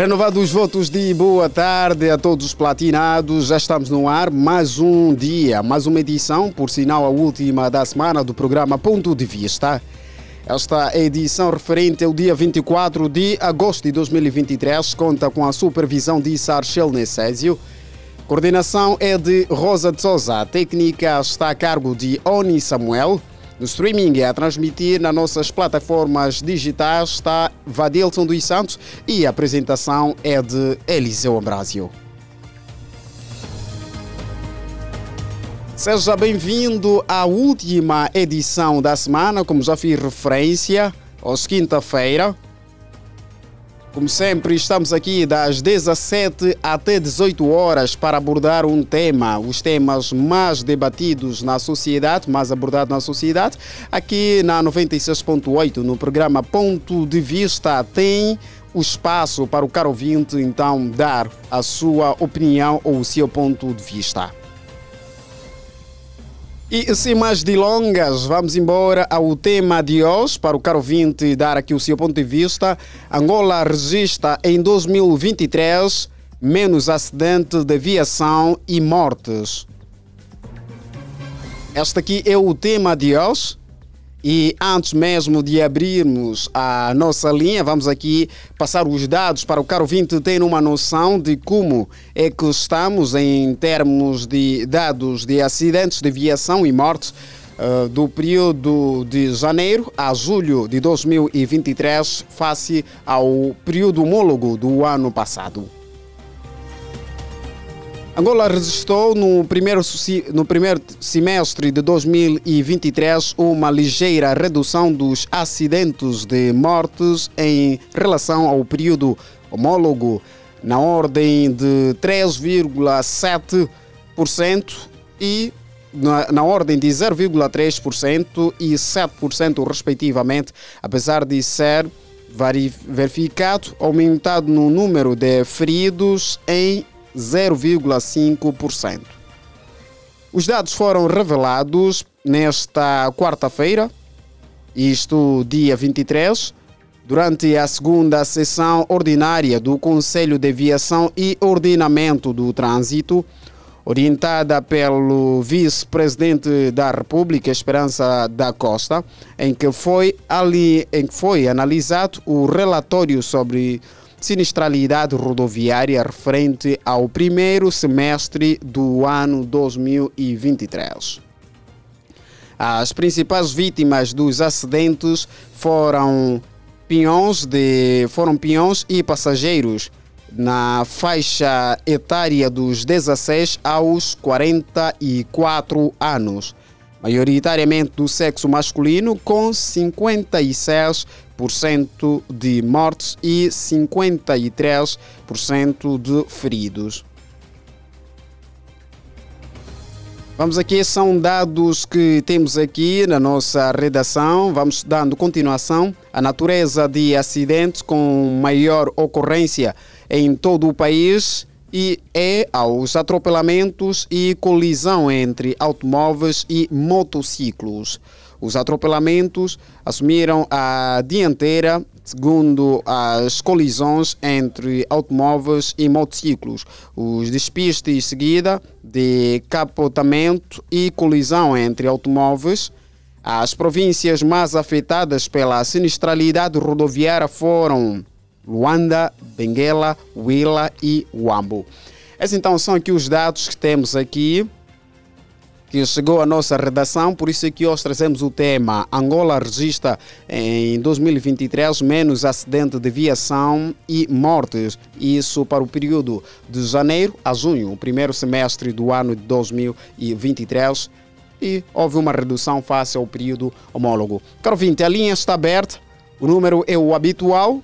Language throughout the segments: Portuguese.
Renovados votos de boa tarde a todos os platinados, já estamos no ar, mais um dia, mais uma edição, por sinal a última da semana do programa Ponto de Vista. Esta edição referente ao dia 24 de agosto de 2023 conta com a supervisão de Sarchel Necésio. Coordenação é de Rosa de Souza, a técnica está a cargo de Oni Samuel. No streaming a transmitir nas nossas plataformas digitais está Vadilson dos Santos e a apresentação é de Eliseu Ambrásio. Seja bem-vindo à última edição da semana, como já fiz referência, hoje quinta-feira. Como sempre, estamos aqui das 17 até 18 horas para abordar um tema, os temas mais debatidos na sociedade, mais abordados na sociedade. Aqui na 96.8, no programa Ponto de Vista, tem o espaço para o caro ouvinte, então, dar a sua opinião ou o seu ponto de vista. E sem mais delongas, vamos embora ao tema de hoje, para o caro ouvinte dar aqui o seu ponto de vista. Angola registra em 2023 menos acidentes de aviação e mortes. Este aqui é o tema de hoje. E antes mesmo de abrirmos a nossa linha, vamos aqui passar os dados para o caro ouvinte ter uma noção de como é que estamos em termos de dados de acidentes de aviação e mortes do período de janeiro a julho de 2023 face ao período homólogo do ano passado. Angola registrou no primeiro semestre de 2023 uma ligeira redução dos acidentes de mortes em relação ao período homólogo, na ordem de 3,7% e na ordem de 0,3% e 7% respectivamente, apesar de ser verificado aumentado no número de feridos em 0,5%. Os dados foram revelados nesta quarta-feira, isto dia 23, durante a segunda sessão ordinária do Conselho de Aviação e Ordenamento do Trânsito, orientada pelo vice-presidente da República, Esperança da Costa, em que foi analisado o relatório sobre sinistralidade rodoviária referente ao primeiro semestre do ano 2023. As principais vítimas dos acidentes foram peões e passageiros na faixa etária dos 16 aos 44 anos, maioritariamente do sexo masculino, com 56% de mortes e 53% de feridos. Vamos aqui, são dados que temos aqui na nossa redação. Vamos dando continuação à natureza de acidentes com maior ocorrência em todo o país e é aos atropelamentos e colisão entre automóveis e motociclos. Os atropelamentos assumiram a dianteira, segundo as colisões entre automóveis e motociclos. Os despistes seguida de capotamento e colisão entre automóveis. As províncias mais afetadas pela sinistralidade rodoviária foram Luanda, Benguela, Huila e Huambo. Esses então são aqui os dados que temos aqui, que chegou à nossa redação, por isso é que hoje trazemos o tema Angola registra em 2023 menos acidentes de aviação e mortes, isso para o período de janeiro a junho, o primeiro semestre do ano de 2023, e houve uma redução face ao período homólogo. Caro ouvinte, a linha está aberta, o número é o habitual,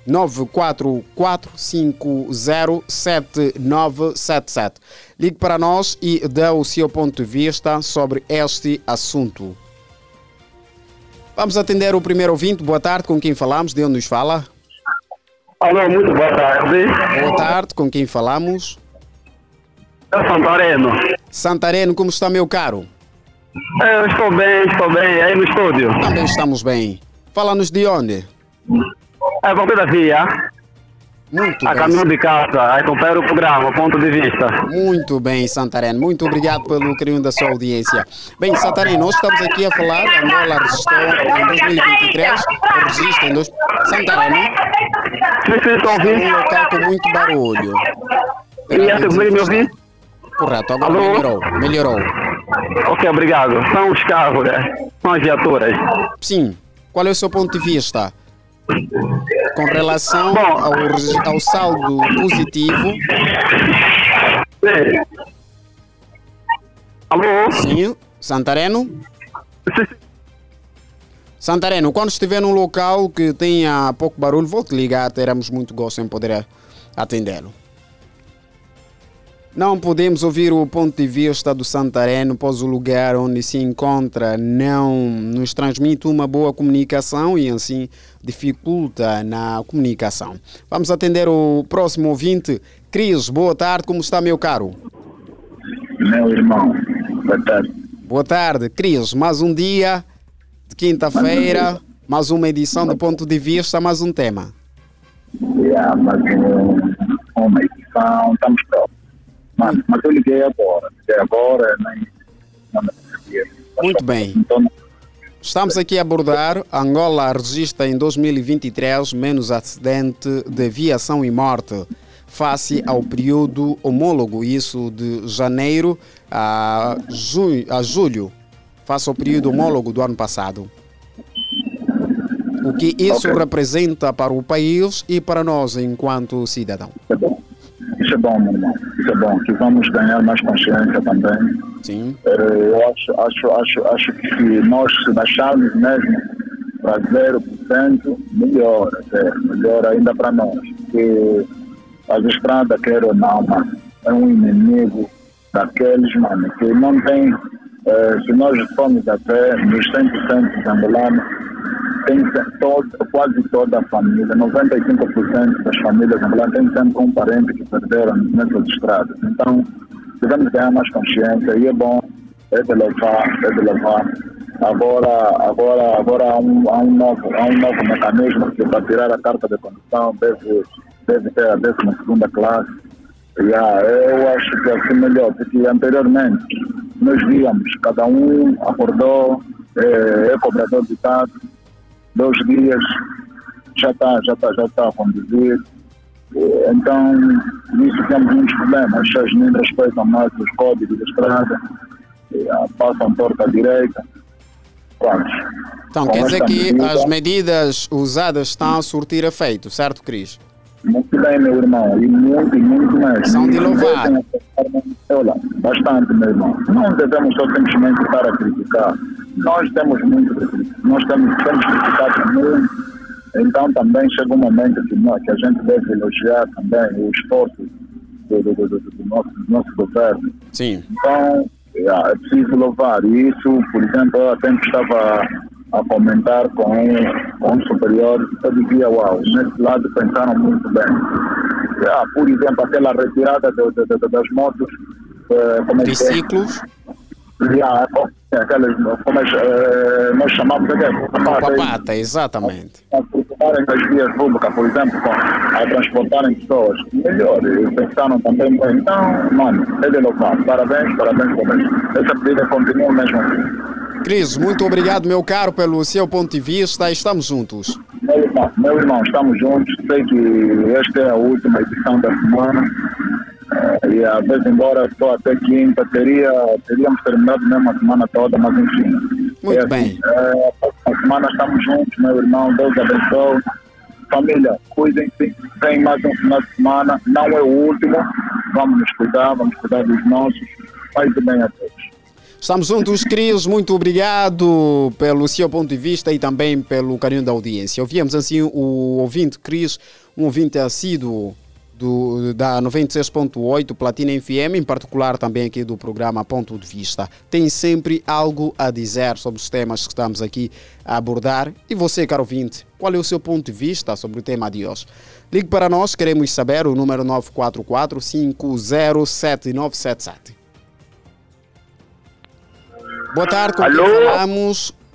944507977. Ligue para nós e dê o seu ponto de vista sobre este assunto. Vamos atender o primeiro ouvinte. Boa tarde, com quem falamos? De onde nos fala? Alô, muito boa tarde. Boa tarde, com quem falamos? É Santareno. Santareno, como está, meu caro? Eu estou bem. Aí no estúdio? Também estamos bem. Fala-nos de onde? É Valpina Via. Muito a bem. caminho de casa, a acompanhar o programa, ponto de vista. Muito bem, Santareno. Muito obrigado pelo carinho da sua audiência. Bem, Santareno, nós estamos aqui a falar. Angola registrou em 2023 o registro em Santareno. Sim, estou Está ouvindo. num local com muito barulho. E essa me ouvir? Correto, agora Alô? melhorou. Ok, obrigado. São os carros, né? São as viaturas. Sim. Qual é o seu ponto de vista com relação ao saldo positivo? Sim. Alô? Sim, Santareno? Sim. Santareno, quando estiver num local que tenha pouco barulho, volte ligar, teremos muito gosto em poder atendê-lo. Não podemos ouvir o ponto de vista do Santareno, pois o lugar onde se encontra não nos transmite uma boa comunicação e assim dificulta na comunicação. Vamos atender o próximo ouvinte. Cris, boa tarde, como está, meu caro? Meu irmão, boa tarde. Boa tarde, Cris. Mais um dia de quinta-feira, mais uma edição do Ponto de Vista, mais um tema. Mas uma edição, estamos prontos. Mas eu liguei agora, nem sabia. Muito bem. Então, Estamos aqui a abordar. Angola registra em 2023 menos acidente de viação e morte face ao período homólogo, isso de janeiro a julho, face ao período homólogo do ano passado. O que isso representa para o país e para nós enquanto cidadão? isso é bom, meu irmão. Isso é bom, que vamos ganhar mais consciência também. Sim. Eu acho que se nós se baixarmos mesmo para 0%, melhor ainda para nós. Porque as estradas, quer ou não, mano, é um inimigo daqueles, mano, que não tem, se nós formos até nos 100% dos angolanos, tem quase toda a família, 95% das famílias angolanas tem sempre um parente que perderam nessas estradas. Então, devemos ganhar mais consciência e é bom, é de levar. Agora há um novo mecanismo que para tirar a carta de condução deve ter a 12ª classe. Eu acho que é assim melhor, porque anteriormente nós víamos, cada um acordou, é cobrador de táxi, 2 dias já está a conduzir. Então, nisso temos muitos problemas. As pessoas nem respeitam mais os códigos de estrada, passam torta à direita. Pronto. Então, quer dizer que as medidas usadas estão a surtir efeito, certo, Cris? Muito bem, meu irmão, e muito mesmo. São de louvar. Bastante, meu irmão. Não devemos só simplesmente estar a criticar. Nós temos criticado muito. Então também chega um momento que a gente deve elogiar também o esforço do nosso governo. Sim. Então, é preciso louvar isso. Por exemplo, eu até estava a comentar com um superior que eu dizia, nesse lado pensaram muito bem. Por exemplo, aquela retirada das motos, triciclos. Aquelas, nós chamamos de papata, exatamente. A preocuparem nas vias públicas, por exemplo, a transportarem pessoas. Melhor, eles pensaram também bem. Então, mano, é de louvar. Parabéns por isso. Essa medida continua mesmo assim. Cris, muito obrigado, meu caro, pelo seu ponto de vista. Estamos juntos. Meu irmão, estamos juntos. Sei que esta é a última edição da semana. E a vez embora só até quinta, teríamos terminado mesmo a semana toda, mas enfim. Muito bem. A próxima semana estamos juntos, meu irmão. Deus abençoe. Família, cuidem-se. Tem mais um final de semana. Não é o último. Vamos nos cuidar, vamos cuidar dos nossos. Faz bem a todos. Estamos juntos, Cris. Muito obrigado pelo seu ponto de vista e também pelo carinho da audiência. Ouvíamos assim o ouvinte Cris, um ouvinte assíduo da 96.8 Platina FM, em particular também aqui do programa Ponto de Vista. Tem sempre algo a dizer sobre os temas que estamos aqui a abordar. E você, caro ouvinte, qual é o seu ponto de vista sobre o tema de hoje? Ligue para nós, queremos saber, o número 944-507977. Boa tarde, com quem falamos?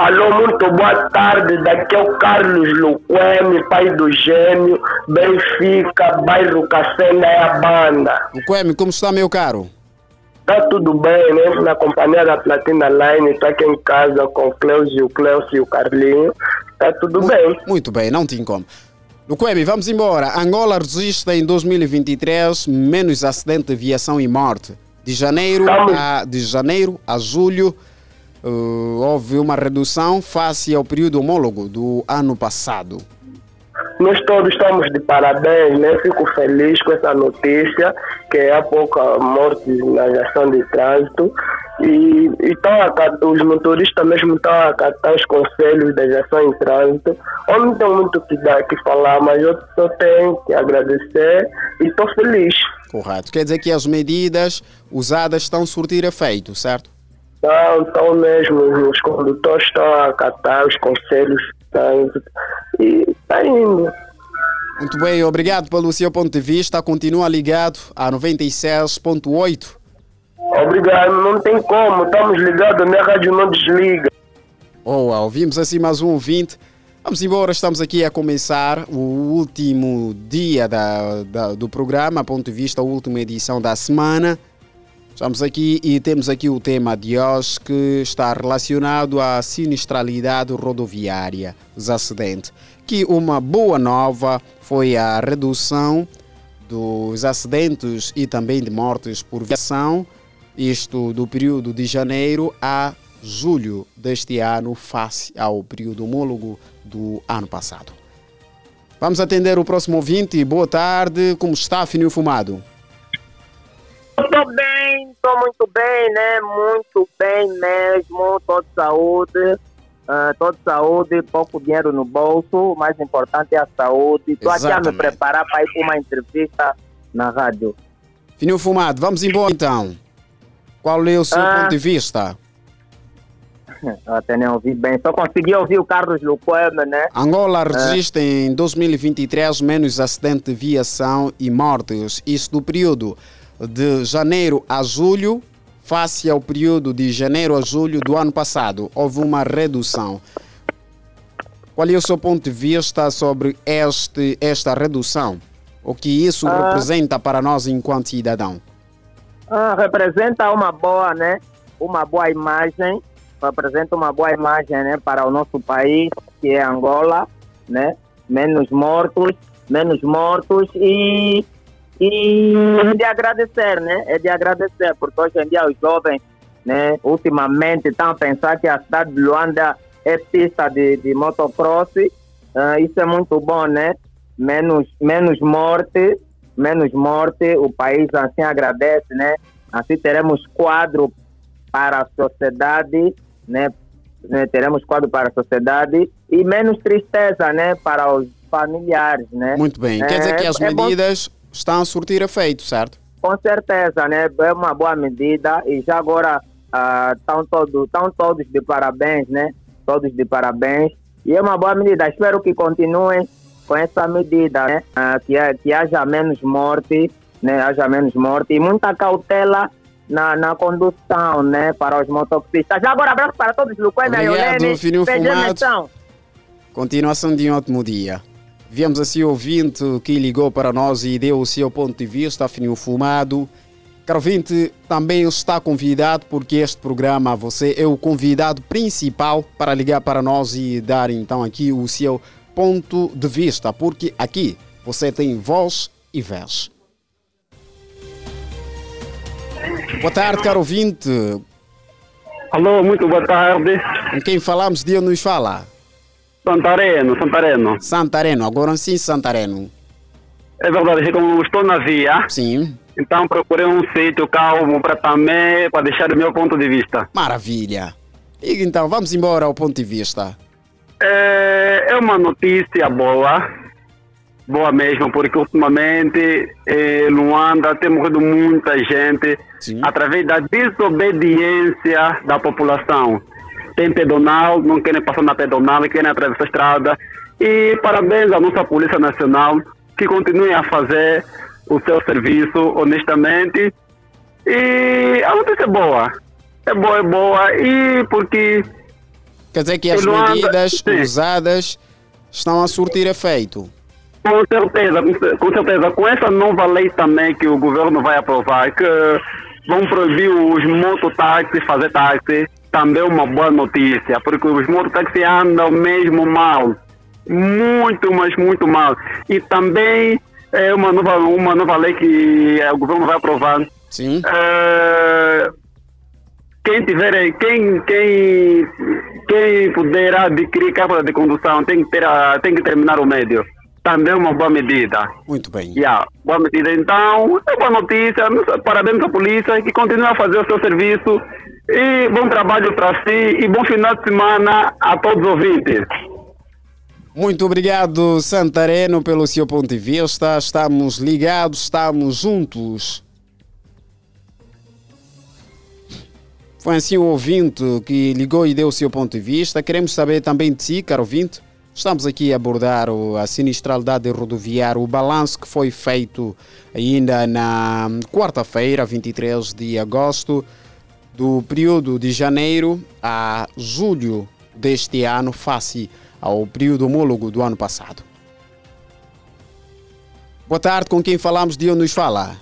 Alô, muito boa tarde. Daqui é o Carlos Luquemi, pai do gêmeo, Benfica, bairro Cacenda é a banda. Luquemi, como está, meu caro? Tá tudo bem, né? Na companhia da Platina Line, tô aqui em casa com o Cleucio e o Carlinho. Tá tudo bem. Muito bem, não tem como. Luquemi, vamos embora. Angola registra em 2023 menos acidente de aviação e morte. De janeiro a julho, houve uma redução face ao período homólogo do ano passado. Nós todos estamos de parabéns, né? Fico feliz com essa notícia, que há pouca morte na ação de trânsito. E os motoristas mesmo estão a acatar os conselhos da ação em trânsito. Eu não tenho muito o que falar, mas eu só tenho que agradecer e estou feliz. Correto. Quer dizer que as medidas usadas estão a surtir efeito, certo? Então mesmo, os condutores estão a acatar os conselhos e está indo. Muito bem, obrigado pelo seu ponto de vista. Continua ligado a 96.8. Obrigado, não tem como, estamos ligados, a minha rádio não desliga. Ouvimos assim mais um ouvinte. Vamos embora, estamos aqui a começar o último dia do programa, ponto de vista, a última edição da semana. Estamos aqui e temos aqui o tema de hoje que está relacionado à sinistralidade rodoviária, os acidentes. Que uma boa nova foi a redução dos acidentes e também de mortes por viação, isto do período de janeiro a julho deste ano, face ao período homólogo do ano passado. Vamos atender o próximo ouvinte. Boa tarde, como está, Fininho Fumado? Estou bem, estou muito bem, né? Muito bem mesmo, estou de saúde, pouco dinheiro no bolso, o mais importante é a saúde. Estou aqui a me preparar para ir para uma entrevista na rádio. Fininho Fumado, vamos embora então. Qual é o seu ponto de vista? Eu até nem ouvi bem, só consegui ouvir o Carlos Luquemi, né? Angola registra em 2023 menos acidentes de viação e mortes. Isso do período de janeiro a julho, face ao período de janeiro a julho do ano passado. Houve uma redução. Qual é o seu ponto de vista sobre esta redução? O que isso representa para nós enquanto cidadão? Representa uma boa, né? Uma boa imagem. Representa uma boa imagem, né? Para o nosso país, que é Angola, né? Menos mortos e é de agradecer, né? É de agradecer, porque hoje em dia os jovens, né, ultimamente estão a pensar que a cidade de Luanda é pista de motocross. Isso é muito bom, né? Menos morte, o país assim agradece, né? Assim teremos quadro para a sociedade, né? Teremos quadro para a sociedade e menos tristeza, né? Para os familiares, né? Muito bem. Quer dizer que as medidas estão a surtir efeito, certo? Com certeza, né? É uma boa medida e já agora estão todos de parabéns, né? Todos de parabéns. E é uma boa medida. Espero que continuem com essa medida, né? Que haja menos morte, né? Haja menos morte e muita cautela na condução, né? Para os motociclistas. Já agora, abraço para todos. Obrigado, Fininho Fumado. Continuação de um ótimo dia. Viemos assim o ouvinte que ligou para nós e deu o seu ponto de vista, Fininho Fumado. Caro ouvinte, também está convidado, porque este programa, você é o convidado principal para ligar para nós e dar então aqui o seu ponto de vista, porque aqui você tem voz e vez. Boa tarde, caro ouvinte. Alô, muito boa tarde. Com quem falamos, de onde nos fala? Santareno, agora sim, Santareno. É verdade, como estou na via, sim. Então procurei um sítio calmo para também, para deixar o meu ponto de vista. Maravilha. E então, vamos embora ao ponto de vista. É uma notícia boa mesmo, porque ultimamente Luanda tem morrido muita gente, sim, através da desobediência da população. Tem pedonal, não querem passar na pedonal, querem atravessar a estrada. E parabéns à nossa Polícia Nacional, que continue a fazer o seu serviço honestamente. E a notícia é boa. É boa. E porque Quer dizer que as medidas usadas estão a surtir efeito. Com certeza. Com essa nova lei também que o governo vai aprovar, que vão proibir os mototáxis fazer táxi, também é uma boa notícia, porque os mototáxis andam mesmo mal. Muito, mas muito mal. E também é uma nova lei que o governo vai aprovar. Sim. Quem puder adquirir carta de condução tem que terminar o médio. Também é uma boa medida. Muito bem. Boa medida. Então, é boa notícia. Parabéns à polícia que continua a fazer o seu serviço. E bom trabalho para si e bom final de semana a todos os ouvintes. Muito obrigado, Santareno, pelo seu ponto de vista. Estamos ligados, estamos juntos. Foi assim o ouvinte que ligou e deu o seu ponto de vista. Queremos saber também de si, caro ouvinte. Estamos aqui a abordar a sinistralidade rodoviária, o balanço que foi feito ainda na quarta-feira, 23 de agosto, do período de janeiro a julho deste ano, face ao período homólogo do ano passado. Boa tarde, com quem falamos? De onde nos fala?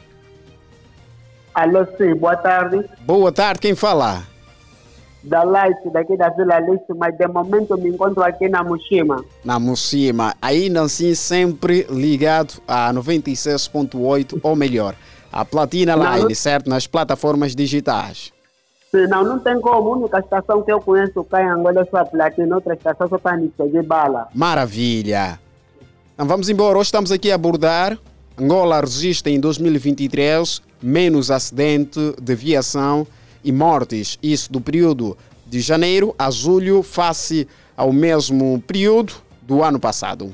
Alô, sim, boa tarde. Boa tarde, quem fala? Da Light, daqui da Vila Leste, mas de momento me encontro aqui na Mushima. Na Mushima, ainda assim sempre ligado a 96.8, ou melhor, a Platina Line, certo? Nas plataformas digitais. Sim, não tem como. A única estação que eu conheço cá em Angola é só a Platina, outra estação só está em de bala. Maravilha! Então vamos embora, hoje estamos aqui a abordar. Angola registra em 2023 menos acidente de viação e mortes, isso do período de janeiro a julho, face ao mesmo período do ano passado.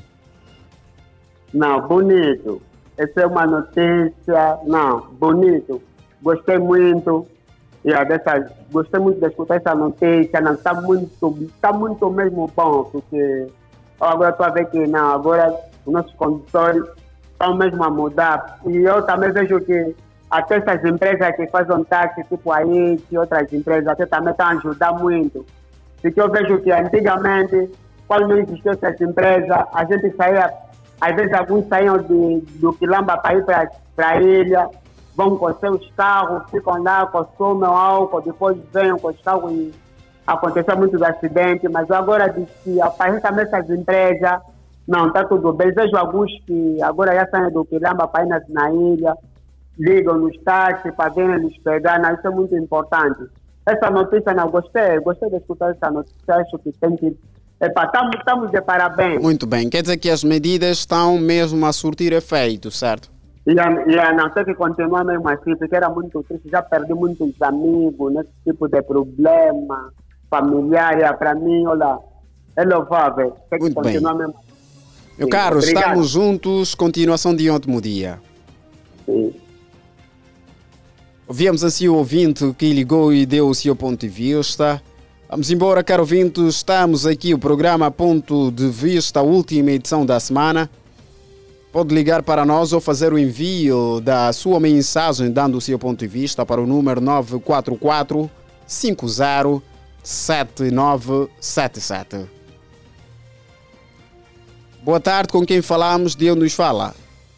Não, bonito. Essa é uma notícia, bonito. Gostei muito. Gostei muito de escutar essa notícia. Não, está muito mesmo bom, porque agora estou a ver que agora os nossos condutores estão mesmo a mudar. E eu também vejo que até essas empresas que fazem táxi, tipo a IT e outras empresas, até também estão a ajudar muito. Porque eu vejo que antigamente, quando não existiam essas empresas, a gente saía, às vezes alguns saíam do Quilamba para ir para a ilha, vão com seus carros, ficam lá, consomem álcool, depois vêm com os carros e aconteceu muitos acidentes, mas agora que aparecem também essas empresas, não, está tudo bem. Vejo alguns que agora já saem do Quilamba para ir na ilha, ligam nos táxis para virem eles pegar, isso é muito importante. Essa notícia, gostei de escutar essa notícia, acho que tem que... Estamos de parabéns. Muito bem, quer dizer que as medidas estão mesmo a surtir efeito, certo? Não tem que continuar mesmo assim, porque era muito triste, já perdi muitos amigos nesse tipo de problema familiar, para mim, olha, é louvável, tem que continuar mesmo assim. Meu caro, estamos juntos, continuação de ótimo dia. Sim. Ouvimos assim o ouvinte que ligou e deu o seu ponto de vista. Vamos embora, caro ouvinte, estamos aqui, o programa Ponto de Vista, a última edição da semana. Pode ligar para nós ou fazer o envio da sua mensagem dando o seu ponto de vista para o número 944 50 7977. Boa tarde, com quem falamos? De onde nos fala?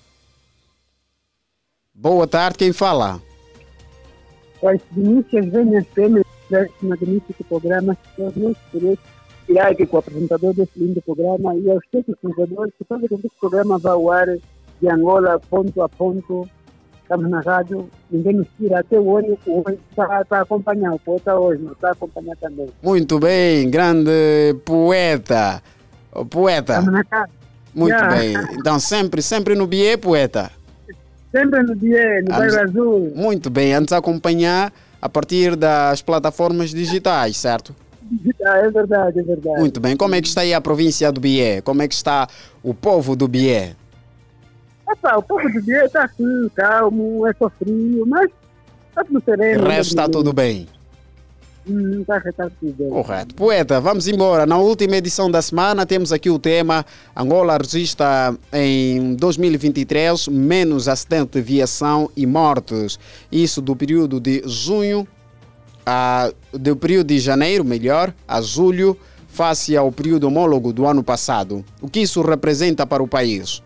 Boa tarde, quem fala? As denúncias vêm sempre deste magnífico programa, que eu não queria tirar aqui com o apresentador desse lindo programa e aos técnicos que fazem com que esse programa vá ao ar de Angola, ponto a ponto. Estamos na rádio, ninguém nos tira, até o ônibus está a acompanhar, o poeta hoje não está a acompanhar também. Muito bem, grande poeta. O poeta. Estamos na casa. Muito bem, então sempre no BIE, poeta. Sempre no BIE, no Bairro Azul. Muito bem, antes de acompanhar a partir das plataformas digitais, certo? É verdade. Muito bem, como é que está aí a província do BIE? Como é que está o povo do BIE? O povo do BIE está assim, calmo, é só frio, mas está tudo sereno. O resto está tudo bem. Está tudo bem. Correto. Poeta, vamos embora. Na última edição da semana temos aqui o tema Angola registra em 2023 menos acidente de viação e mortes. Isso do período de junho, do período de janeiro, melhor, a julho, face ao período homólogo do ano passado. O que isso representa para o país?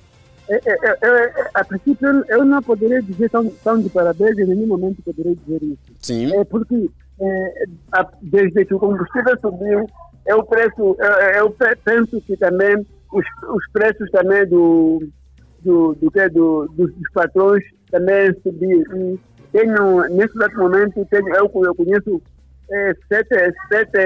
A princípio, eu não poderia dizer tão de parabéns, em nenhum momento poderia dizer isso. Sim. Porque desde que o combustível subiu, eu penso que também os preços também dos patrões também subiram. Nesse exato momento, eu conheço sete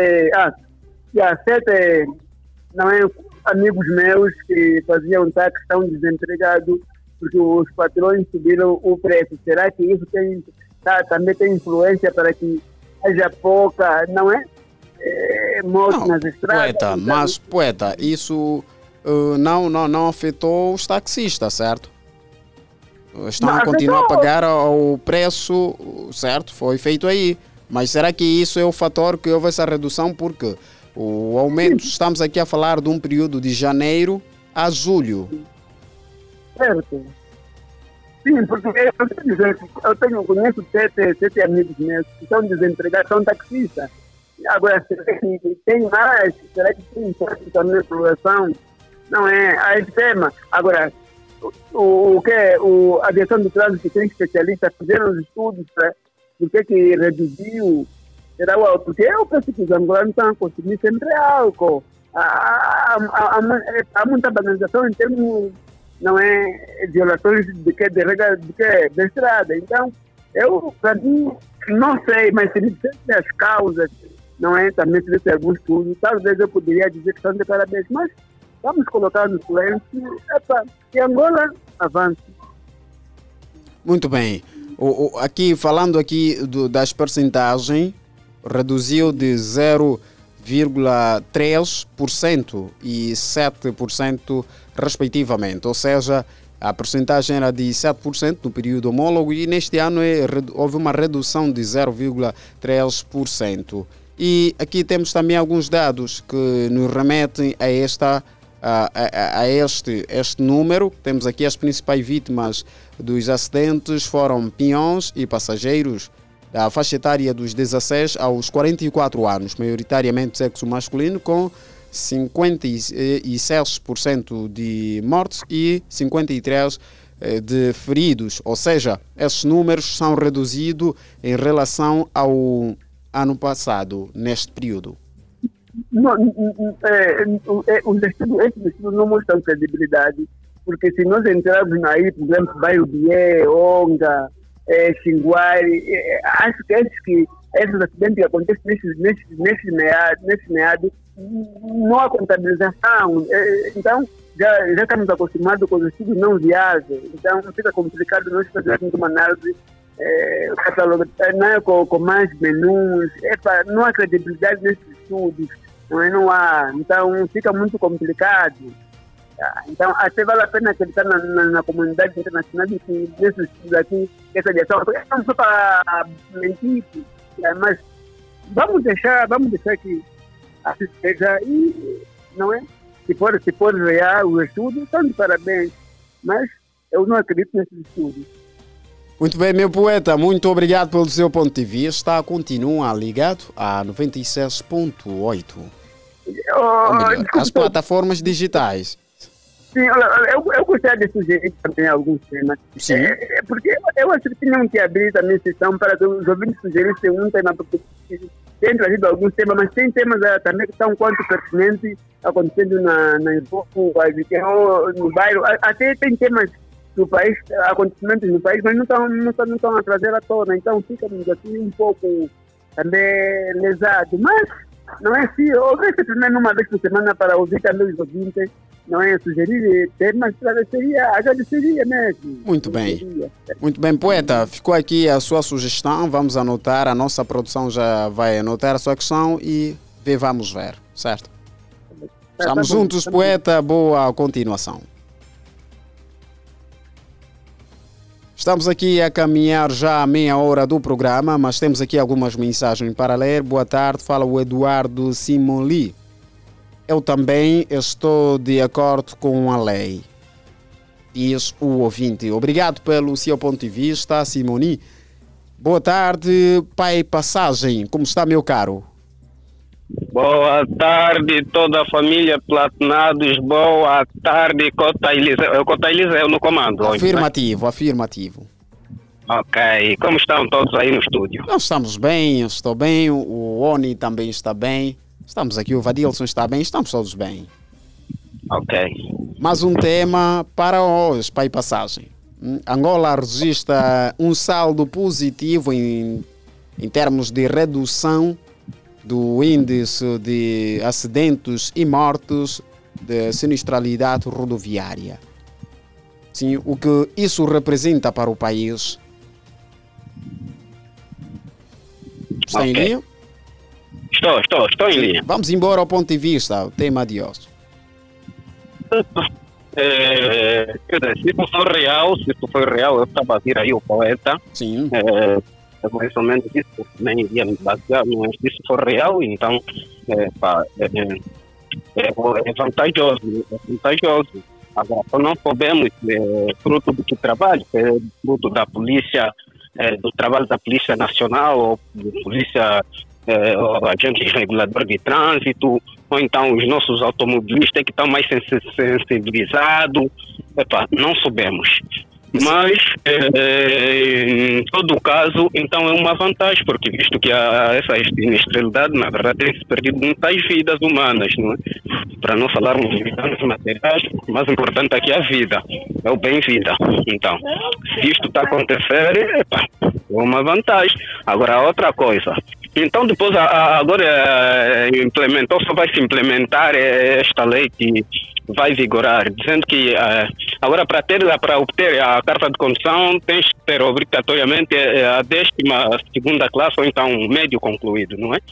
amigos meus que faziam táxi, estão desempregados porque os patrões subiram o preço. Será que isso também tem influência para que haja pouca, não é? Morte nas estradas? Poeta, mas poeta, isso não afetou os taxistas, certo? Estão a continuar a pagar o preço, certo? Foi feito aí. Mas será que isso é o fator que houve essa redução? Porque o aumento, estamos aqui a falar de um período de janeiro a julho. Certo. Sim, porque eu conheço sete amigos meus que estão desempregados, são taxistas. Agora, será que tem mais? Será que tem imposto também na população? Não é? Aí tema. Agora, a direção de trânsito tem especialistas fizeram os estudos do que reduziu. Porque eu penso que os angolanos estão a consumir sempre álcool. Há muita banalização em termos, não é, violações de regra da estrada. Então, para mim, não sei, mas se me dissesse as causas, não é, também se disse alguns estudos, talvez eu poderia dizer que são de parabéns, mas vamos colocar no silêncio, que Angola avance. Muito bem. Falando aqui das percentagens, reduziu de 0,3% e 7% respectivamente, ou seja, a percentagem era de 7% no período homólogo e neste ano houve uma redução de 0,3%. E aqui temos também alguns dados que nos remetem a este número. Temos aqui as principais vítimas dos acidentes foram peões e passageiros da faixa etária dos 16 aos 44 anos, maioritariamente sexo masculino, com 56% de mortes e 53% de feridos. Ou seja, esses números são reduzidos em relação ao ano passado, neste período. Esses estudos não mostram credibilidade, porque se nós entrarmos aí, por exemplo, bairro Bié, Onga, Xinguari, acho que esses acidentes que acontecem nesses meados, não há contabilização. Então, já estamos acostumados com os estudos não viáveis, então fica complicado nós fazermos uma análise com mais menus. Não há credibilidade nesses estudos, não há, então fica muito complicado. Então, até vale a pena acreditar na comunidade internacional de que nesses estudos aqui, essa direção, não só para mentir, mas vamos deixar que assim seja e, não é? Se for real o estudo, estão de parabéns, mas eu não acredito nesses estudos. Muito bem, meu poeta, muito obrigado pelo seu ponto de vista. Continua ligado a 96.8. As plataformas digitais. Sim, eu gostaria de sugerir também alguns temas. Sim. Porque eu acho que tinham que abrir também sessão para que os ouvintes sugerissem um tema, porque tem trazido alguns temas, mas tem temas também que estão quanto pertinentes acontecendo no bairro. Até tem temas do país, acontecimentos no país, mas não estão a trazer à tona. Então ficamos assim um pouco também lesados. Mas não é assim, houvesse primeiro uma vez por semana para ouvir também os ouvintes, não é sugerir temas, agradeceria mesmo. Muito bem. Muito bem, poeta, ficou aqui a sua sugestão, vamos anotar, a nossa produção já vai anotar a sua questão e vamos ver, certo? Estamos juntos, poeta, boa continuação. Estamos aqui a caminhar já a meia hora do programa, mas temos aqui algumas mensagens para ler. Boa tarde, fala o Eduardo Simoli. Eu também estou de acordo com a lei, diz o ouvinte. Obrigado pelo seu ponto de vista, Simoni. Boa tarde, pai Passagem. Como está, meu caro? Boa tarde, toda a família Platinados. Boa tarde, Cota Eliseu. Cota Eliseu no comando. Afirmativo, hoje, né? Afirmativo. Ok. Como estão todos aí no estúdio? Nós estamos bem, eu estou bem, o Oni também está bem. Estamos aqui, o Vadilson está bem, estamos todos bem. Ok. Mais um tema para hoje, para a passagem. Angola registra um saldo positivo em termos de redução do índice de acidentes e mortes de sinistralidade rodoviária. Sim, o que isso representa para o país? Está em linha? Estou em linha. Vamos embora ao ponto de vista, o tema de hoje. Se isso for real, eu estava a vir aí o poeta. Sim. Mais ou menos isso, nem iria me basear, mas se isso for real, então é vantajoso. Agora, só não podemos, fruto do que trabalho, fruto da polícia, do trabalho da Polícia Nacional, ou da Polícia, agentes reguladores de trânsito, ou então os nossos automobilistas que estão mais sensibilizados, não soubemos. Mas, em todo caso, então é uma vantagem, porque visto que essa sinistralidade, na verdade, tem se perdido muitas vidas humanas, não é? Para não falarmos de vidas materiais, o mais importante aqui é a vida, é o bem-vida. Então, se isto está a acontecer, é uma vantagem. Agora, outra coisa. Então, depois, agora só vai se implementar esta lei que vai vigorar, dizendo que agora para obter a carta de condução tens que ter obrigatoriamente a 12ª classe ou então médio concluído, não é?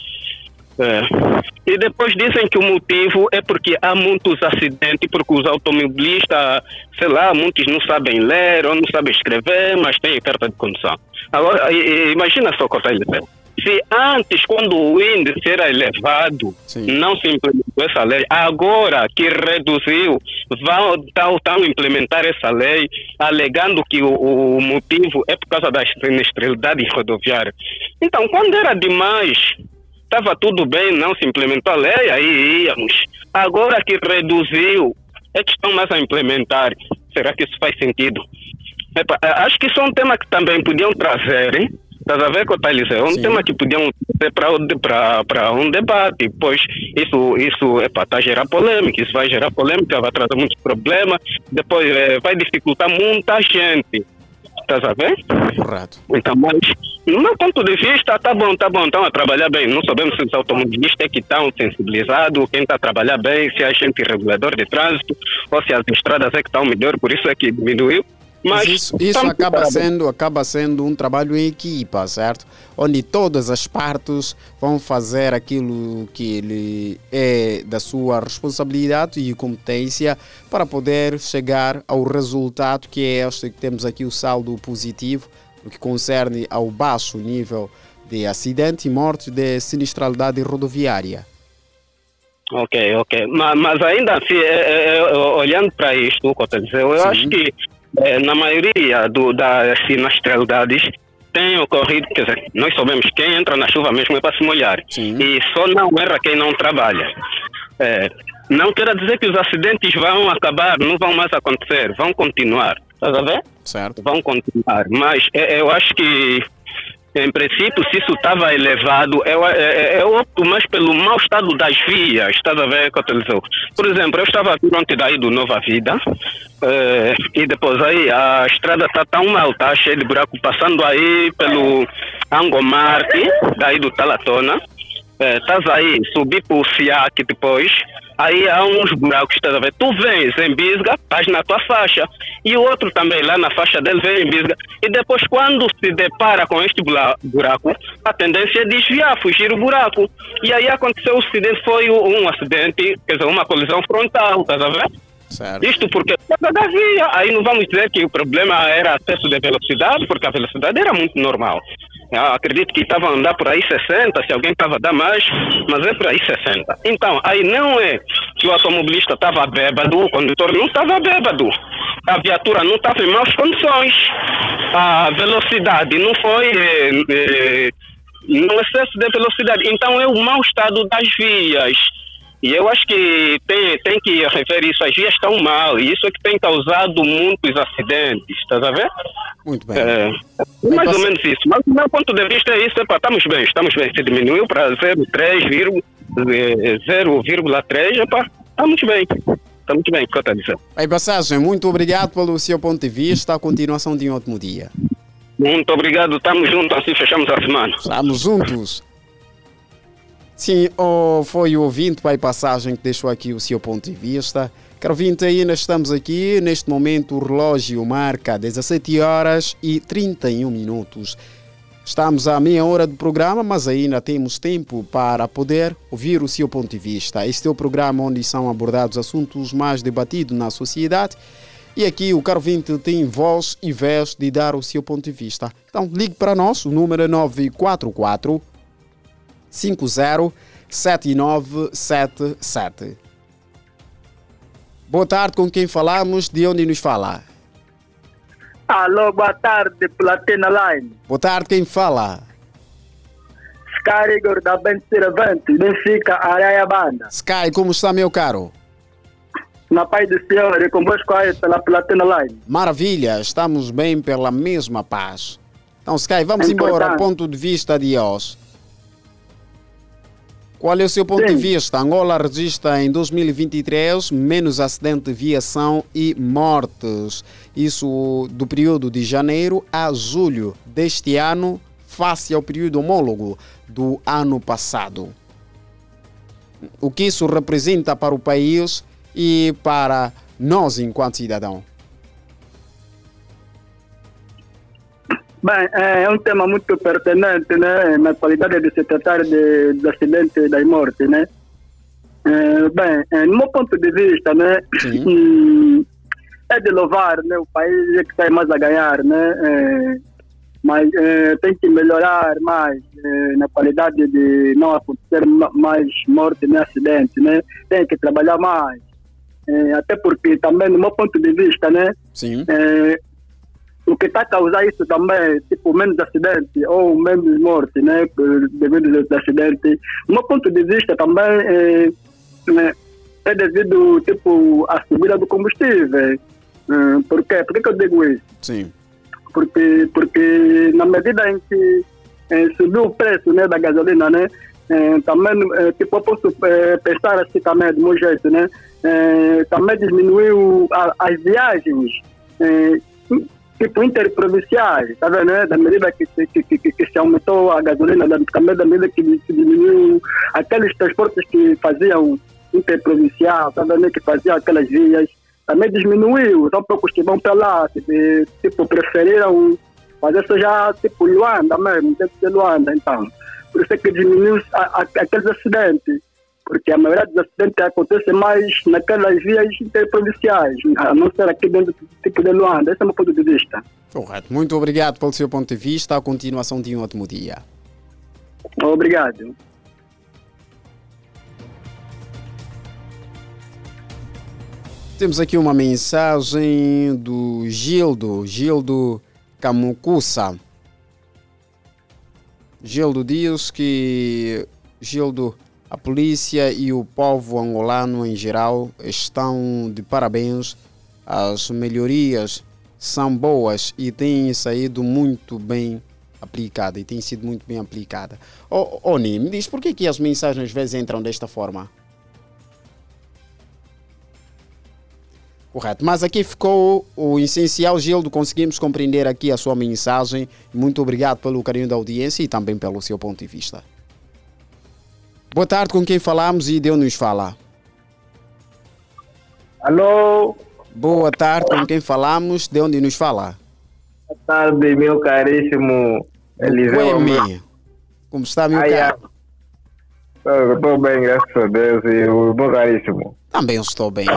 E depois dizem que o motivo é porque há muitos acidentes, porque os automobilistas, sei lá, muitos não sabem ler ou não sabem escrever, mas têm carta de condução. Agora, imagina só, Cortélio, se antes, quando o índice era elevado, não se implementou essa lei, agora que reduziu, estão a implementar essa lei, alegando que o motivo é por causa da sinistralidade rodoviária. Então, quando era demais, estava tudo bem, não se implementou a lei, aí íamos. Agora que reduziu, é que estão mais a implementar. Será que isso faz sentido? Acho que isso é um tema que também podiam trazer, hein? Estás a ver, Cotailise? É um tema que podiam ter para um debate, pois isso está a gerar polêmica, isso vai gerar polêmica, vai trazer muitos problemas, depois vai dificultar muita gente. Estás a ver? Correto. Então, mas, no meu ponto de vista, tá bom, estão a trabalhar bem. Não sabemos se os automobilistas que estão sensibilizados, quem está a trabalhar bem, se é gente regulador de trânsito, ou se as estradas é que estão melhor, por isso é que diminuiu. Mas isso acaba sendo um trabalho em equipa, certo? Onde todas as partes vão fazer aquilo que ele é da sua responsabilidade e competência para poder chegar ao resultado que é este que temos aqui, o saldo positivo, no que concerne ao baixo nível de acidente e morte de sinistralidade rodoviária. Ok. Mas ainda assim, olhando para isto, eu acho que na maioria das sinistralidades tem ocorrido, quer dizer, nós sabemos que quem entra na chuva mesmo é para se molhar. Sim. E só não erra quem não trabalha. Não quer dizer que os acidentes vão acabar, não vão mais acontecer, vão continuar. Estás a ver? Certo. Vão continuar, mas eu acho que em princípio, se isso estava elevado, eu opto mais pelo mau estado das vias, estás a ver, Cotelizou? Por exemplo, eu estava ontem daí do Nova Vida, e depois aí a estrada está tão mal, está cheia de buraco, passando aí pelo Angomarte, daí do Talatona, estás aí, subir para o SIAC depois, aí há uns buracos, estás a ver? Tu vens em Bisga, estás na tua faixa, e o outro também lá na faixa dele vem em Bisga, e depois quando se depara com este buraco, a tendência é desviar, fugir o buraco, e aí aconteceu o acidente, foi um acidente, quer dizer, uma colisão frontal, estás a ver? Certo. Isto porque da via, aí não vamos dizer que o problema era excesso de velocidade, porque a velocidade era muito normal. Eu acredito que estava a andar por aí 60, se alguém estava a dar mais, mas é por aí 60. Então, aí não é que o automobilista estava bêbado, o condutor não estava bêbado, a viatura não estava em más condições, a velocidade não foi no excesso de velocidade. Então é o mau estado das vias. E eu acho que tem que rever isso. As vias estão mal e isso é que tem causado muitos acidentes, estás a ver? Muito bem. Mais ou menos isso. Mas do meu ponto de vista é isso. Estamos bem. Se diminuiu para 0,3, 0,3, está muito bem. Está muito bem, o que eu estou a dizer. Aí, Passagem, muito obrigado pelo seu ponto de vista. A continuação de um ótimo dia. Muito obrigado. Estamos juntos, assim fechamos a semana. Estamos juntos. Sim, foi o ouvinte, Pai Passagem, que deixou aqui o seu ponto de vista. Caro ouvinte, ainda estamos aqui. Neste momento, o relógio marca 17h31. Estamos a meia hora do programa, mas ainda temos tempo para poder ouvir o seu ponto de vista. Este é o programa onde são abordados assuntos mais debatidos na sociedade. E aqui o caro ouvinte tem voz e vez de dar o seu ponto de vista. Então, ligue para nós, o número é 944 507977. Boa tarde, com quem falamos? De onde nos fala? Alô, boa tarde, Platina Line. Boa tarde, quem fala? Sky Igor da Benfica, Benfica, Araia Banda. Sky, como está, meu caro? Na paz do Senhor e convosco aí pela Platina Line. Maravilha, estamos bem pela mesma paz. Então, Sky, vamos embora ao ponto de vista de hoje. Qual é o seu ponto de vista? Angola registra em 2023 menos acidentes de viação e mortes. Isso do período de janeiro a julho deste ano, face ao período homólogo do ano passado. O que isso representa para o país e para nós enquanto cidadãos? Bem, é um tema muito pertinente, né, na qualidade de se tratar de acidente e da morte, né. No meu ponto de vista, né, é de louvar, né, o país é que sai mais a ganhar, né, mas tem que melhorar mais na qualidade de não acontecer mais morte nem acidente, né, tem que trabalhar mais, até porque também, no meu ponto de vista, né, o que está a causar isso também, tipo, menos acidente ou menos morte, né, devido a acidente. Do meu ponto de vista também é devido, tipo, à subida do combustível. Por quê? Por que eu digo isso? Sim. Porque na medida em que subiu o preço, né, da gasolina, né, também, tipo, eu posso pensar assim também, do meu jeito, né, também diminuiu as viagens, tipo interprovinciais, tá vendo, né? Da medida que se aumentou a gasolina, também da medida que se diminuiu aqueles transportes que faziam interprovincial, tá vendo, que faziam aquelas vias, também diminuiu, são poucos que vão para lá, tipo, preferiram fazer isso já, tipo, Luanda mesmo, dentro de Luanda, então. Por isso é que diminuiu aqueles acidentes. Porque a maioria dos acidentes acontece mais naquelas vias interprovinciais, a não ser aqui dentro do tipo de Luanda. Esse é o meu ponto de vista. Correto. Muito obrigado pelo seu ponto de vista. A continuação de um ótimo dia. Obrigado. Temos aqui uma mensagem do Gildo Camucuça. Gildo diz que... A polícia e o povo angolano em geral estão de parabéns. As melhorias são boas e têm saído muito bem aplicada. Oni, me diz, por que as mensagens às vezes entram desta forma? Correto, mas aqui ficou o essencial, Gildo. Conseguimos compreender aqui a sua mensagem. Muito obrigado pelo carinho da audiência e também pelo seu ponto de vista. Boa tarde, com quem falamos e de onde nos fala? Alô? Boa tarde, com quem falamos, de onde nos fala? Boa tarde, meu caríssimo Eliseu. Como está, meu caro? Estou bem, graças a Deus, e o meu caríssimo. Também estou bem.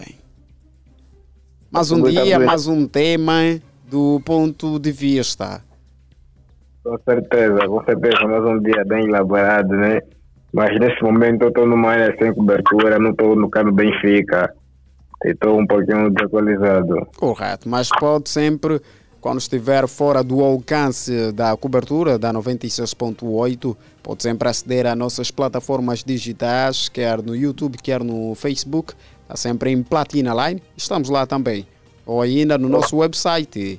Mais um dia, mais um tema do ponto de vista. Com certeza, mais um dia bem elaborado, né? Mas nesse momento eu estou numa área sem cobertura, não estou no Cabo Benfica. Estou um pouquinho desatualizado. Correto, mas pode sempre quando estiver fora do alcance da cobertura da 96.8, pode sempre aceder às nossas plataformas digitais, quer no YouTube, quer no Facebook. Está sempre em Platina Line. Estamos lá também. Ou ainda no nosso website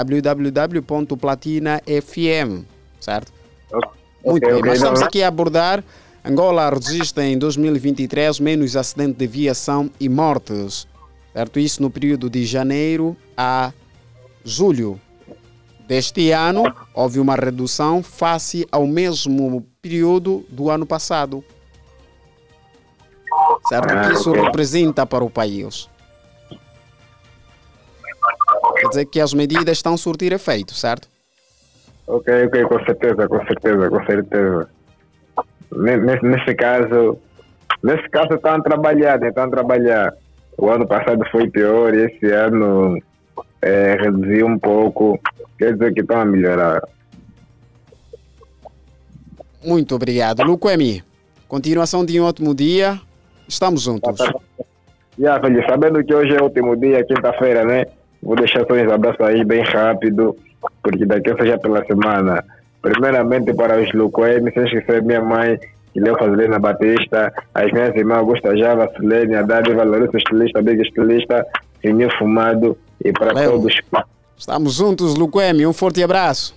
www.platinafm, certo? Muito bem, mas estamos aqui a abordar. Angola registra em 2023 menos acidentes de viação e mortes, certo? Isso no período de janeiro a julho deste ano. Houve uma redução face ao mesmo período do ano passado, certo? O que isso representa para o país? Quer dizer que as medidas estão a surtir efeito, certo? Ok, com certeza. Nesse caso estão a trabalhar. O ano passado foi pior e esse ano reduziu um pouco. Quer dizer que estão a melhorar. Muito obrigado. Luquemi, continuação de um ótimo dia. Estamos juntos. Filho, sabendo que hoje é o último dia, quinta-feira, né? Vou deixar só uns abraços aí bem rápido, porque daqui a seja pela semana. Primeiramente para os Luquemi, sem esquecer minha mãe, Ileu Fazilena Batista, as minhas irmãs Augusta Java, Silene, Haddad, Valorista, estilista, Big estilista, Vinho Fumado e para todos. Estamos juntos, Luquemi. Um forte abraço.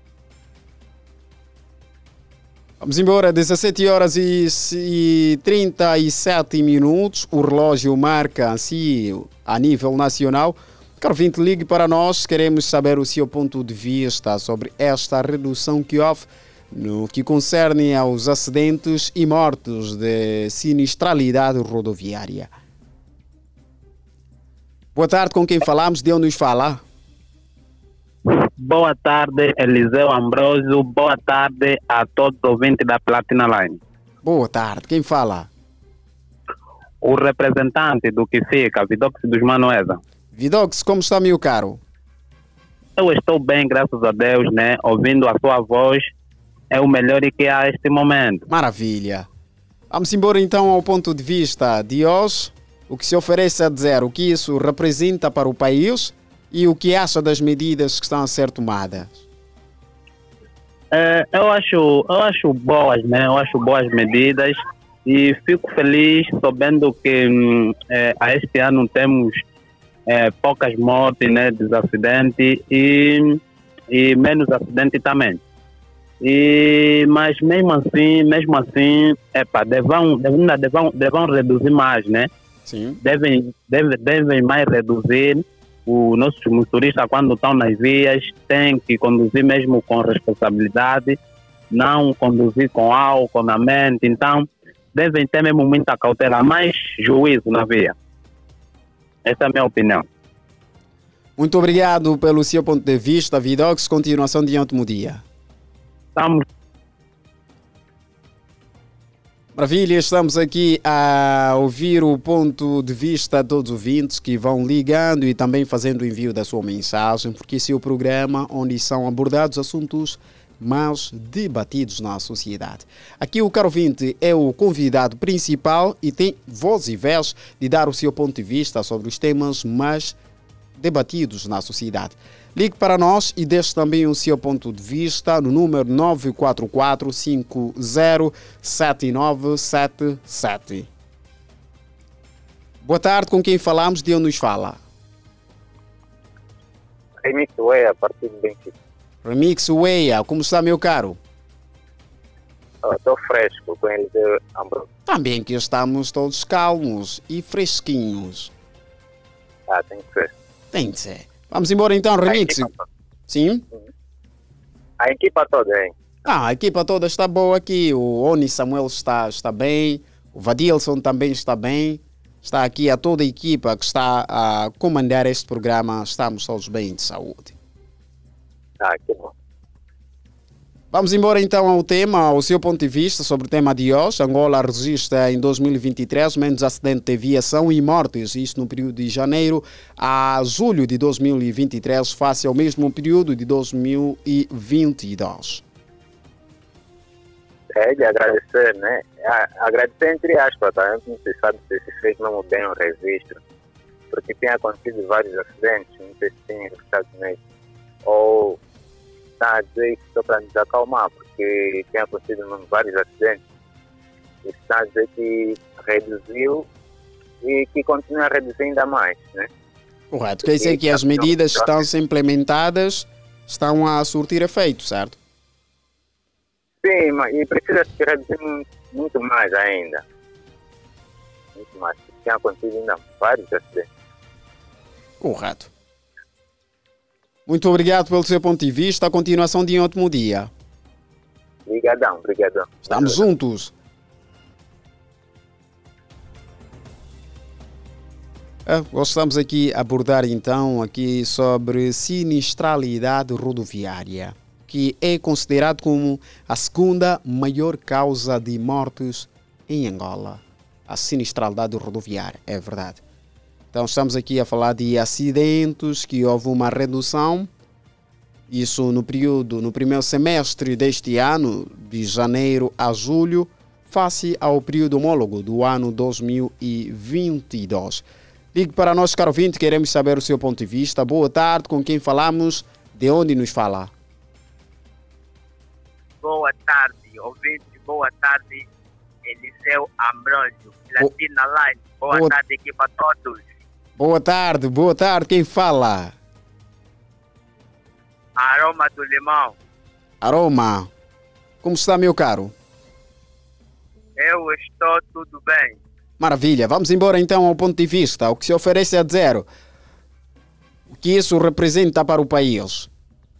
Vamos embora, 17 horas e 37 minutos. O relógio marca assim a nível nacional. Caro ouvinte, ligue para nós. Queremos saber o seu ponto de vista sobre esta redução que houve no que concerne aos acidentes e mortes de sinistralidade rodoviária. Boa tarde, com quem falamos? De onde nos fala? Boa tarde, Eliseu Ambrosio. Boa tarde a todos os ouvintes da Platina Line. Boa tarde, quem fala? O representante do que fica, Vidox dos Manoesa. Vidox, como está, meu caro? Eu estou bem, graças a Deus, né? Ouvindo a sua voz, é o melhor que há neste momento. Maravilha. Vamos embora então ao ponto de vista de hoje. O que se oferece a dizer, o que isso representa para o país e o que acha das medidas que estão a ser tomadas? Eu acho boas, né? Eu acho boas medidas e fico feliz sabendo que a este ano temos poucas mortes, né, dos acidentes e menos acidentes também. Mas mesmo assim, devem reduzir mais, né? Sim. Devem mais reduzir. Os nossos motoristas, quando estão nas vias, têm que conduzir mesmo com responsabilidade, não conduzir com álcool na mente. Então, devem ter mesmo muita cautela, mais juízo na via. Essa é a minha opinião. Muito obrigado pelo seu ponto de vista, Vidox. Continuação de ótimo dia. Estamos. Maravilha, estamos aqui a ouvir o ponto de vista de todos os ouvintes que vão ligando e também fazendo o envio da sua mensagem, porque esse é o programa onde são abordados assuntos mais debatidos na sociedade. Aqui o caro ouvinte é o convidado principal e tem voz e vez de dar o seu ponto de vista sobre os temas mais debatidos na sociedade. Ligue para nós e deixe também o seu ponto de vista no número 944-507977. Boa tarde, com quem falamos? De onde nos fala? Remix Weia, a partir do Benfica. Remix Weia, como está, meu caro? Estou fresco com ele de Ambrosio. Também que estamos todos calmos e fresquinhos. Tem que ser. Tem que ser. Vamos embora então, Remix. Sim? A equipa toda, hein? A equipa toda está boa aqui. O Oni Samuel está bem. O Vadilson também está bem. Está aqui a toda a equipa que está a comandar este programa. Estamos todos bem de saúde. Que bom. Vamos embora então ao tema, ao seu ponto de vista sobre o tema de hoje. Angola registra em 2023 menos acidentes de aviação e mortes, isso no período de janeiro a julho de 2023, face ao mesmo período de 2022. De agradecer, né? Agradecer entre aspas, tá? Não se sabe se fez mesmo bem o registro, porque tem acontecido vários acidentes, não sei se tem nos Estados Unidos. ou está a dizer isso só para nos acalmar, porque tem acontecido vários acidentes. Está a dizer que reduziu e que continua a reduzir ainda mais, né? Correto. Quer dizer que as medidas que estão a ser implementadas estão a surtir efeito, certo? Sim, mas e precisa se reduzir muito mais ainda. Muito mais. Tem acontecido ainda vários acidentes. Correto. Muito obrigado pelo seu ponto de vista. A continuação de um ótimo dia. Obrigadão. Estamos juntos. Estamos aqui a abordar então aqui sobre sinistralidade rodoviária, que é considerado como a segunda maior causa de mortes em Angola. A sinistralidade rodoviária, é verdade. Então estamos aqui a falar de acidentes, que houve uma redução, isso no primeiro semestre deste ano, de janeiro a julho, face ao período homólogo do ano 2022. Ligue para nós, caro ouvinte, queremos saber o seu ponto de vista. Boa tarde, com quem falamos, de onde nos fala? Boa tarde, ouvinte, boa tarde, Eliseu Ambrosio, Latina Line. Boa tarde aqui para todos. Boa tarde, quem fala? Aroma do Limão. Aroma, como está, meu caro? Eu estou tudo bem. Maravilha, vamos embora então ao ponto de vista, o que se oferece a dizer, o que isso representa para o país?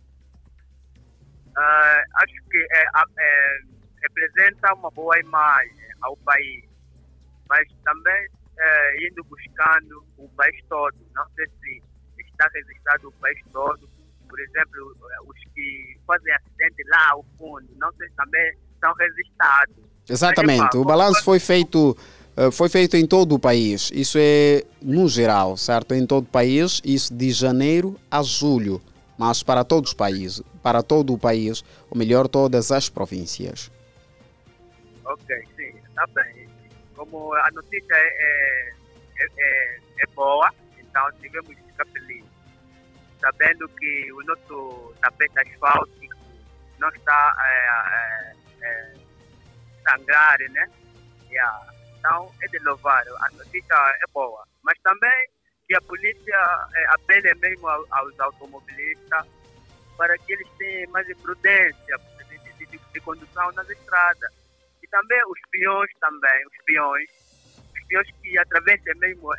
Acho que representa uma boa imagem ao país, mas também indo buscando o país todo. Não sei se está registrado o país todo, por exemplo, os que fazem acidente lá ao fundo, não sei se também são registrados. Exatamente, o balanço foi feito em todo o país, isso é no geral, certo? Em todo o país, isso de janeiro a julho, mas para todos os países, para todo o país, ou melhor, todas as províncias. Ok, sim, está bem. Como a notícia é boa, então devemos ficar felizes, sabendo que o nosso tapete asfáltico não está a sangrar, né? Então é de louvar, a notícia é boa, mas também que a polícia apele mesmo aos automobilistas para que eles tenham mais prudência de condução nas estradas. E também os peões que atravessam mesmo